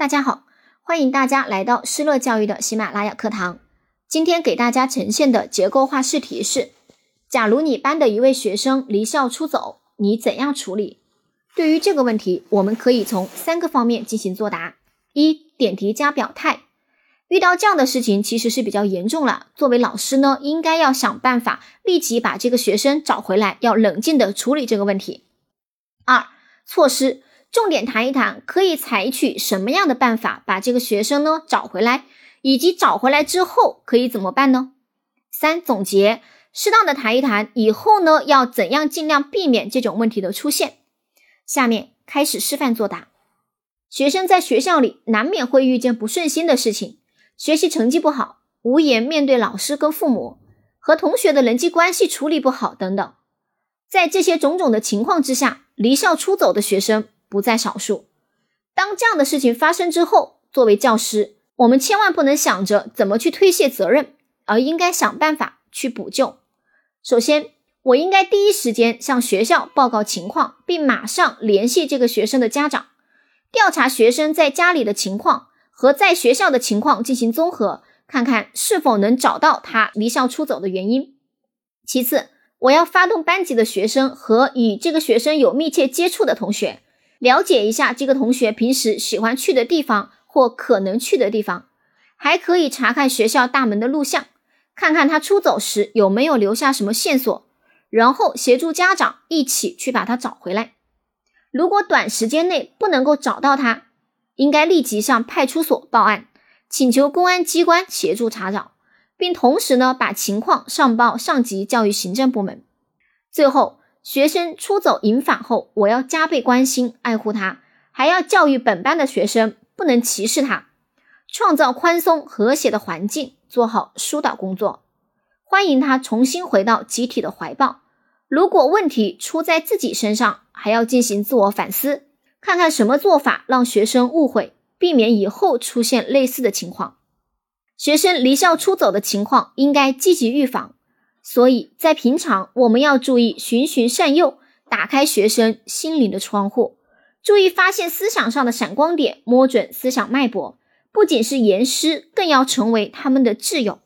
大家好，欢迎大家来到施乐教育的喜马拉雅课堂。今天给大家呈现的结构化试题是：假如你班的一位学生离校出走，你怎样处理？对于这个问题，我们可以从3个方面进行作答。1. 点题加表态。遇到这样的事情其实是比较严重了，作为老师呢，应该要想办法立即把这个学生找回来，要冷静的处理这个问题。2. 措施。重点谈一谈可以采取什么样的办法把这个学生呢找回来，以及找回来之后可以怎么办呢？ 3. 总结。适当的谈一谈以后呢要怎样尽量避免这种问题的出现。下面开始示范作答。学生在学校里难免会遇见不顺心的事情，学习成绩不好，无颜面对老师跟父母，和同学的人际关系处理不好等等。在这些种种的情况之下，离校出走的学生不在少数。当这样的事情发生之后，作为教师，我们千万不能想着怎么去推卸责任，而应该想办法去补救。首先，我应该第一时间向学校报告情况，并马上联系这个学生的家长，调查学生在家里的情况和在学校的情况进行综合，看看是否能找到他离校出走的原因。其次，我要发动班级的学生和与这个学生有密切接触的同学，了解一下这个同学平时喜欢去的地方或可能去的地方，还可以查看学校大门的录像，看看他出走时有没有留下什么线索，然后协助家长一起去把他找回来。如果短时间内不能够找到他，应该立即向派出所报案，请求公安机关协助查找，并同时呢把情况上报上级教育行政部门。最后，学生出走引返后，我要加倍关心爱护他，还要教育本班的学生不能歧视他，创造宽松和谐的环境，做好疏导工作，欢迎他重新回到集体的怀抱。如果问题出在自己身上，还要进行自我反思，看看什么做法让学生误会，避免以后出现类似的情况。学生离校出走的情况应该积极预防，所以在平常我们要注意循循善诱，打开学生心灵的窗户，注意发现思想上的闪光点，摸准思想脉搏，不仅是严师，更要成为他们的挚友。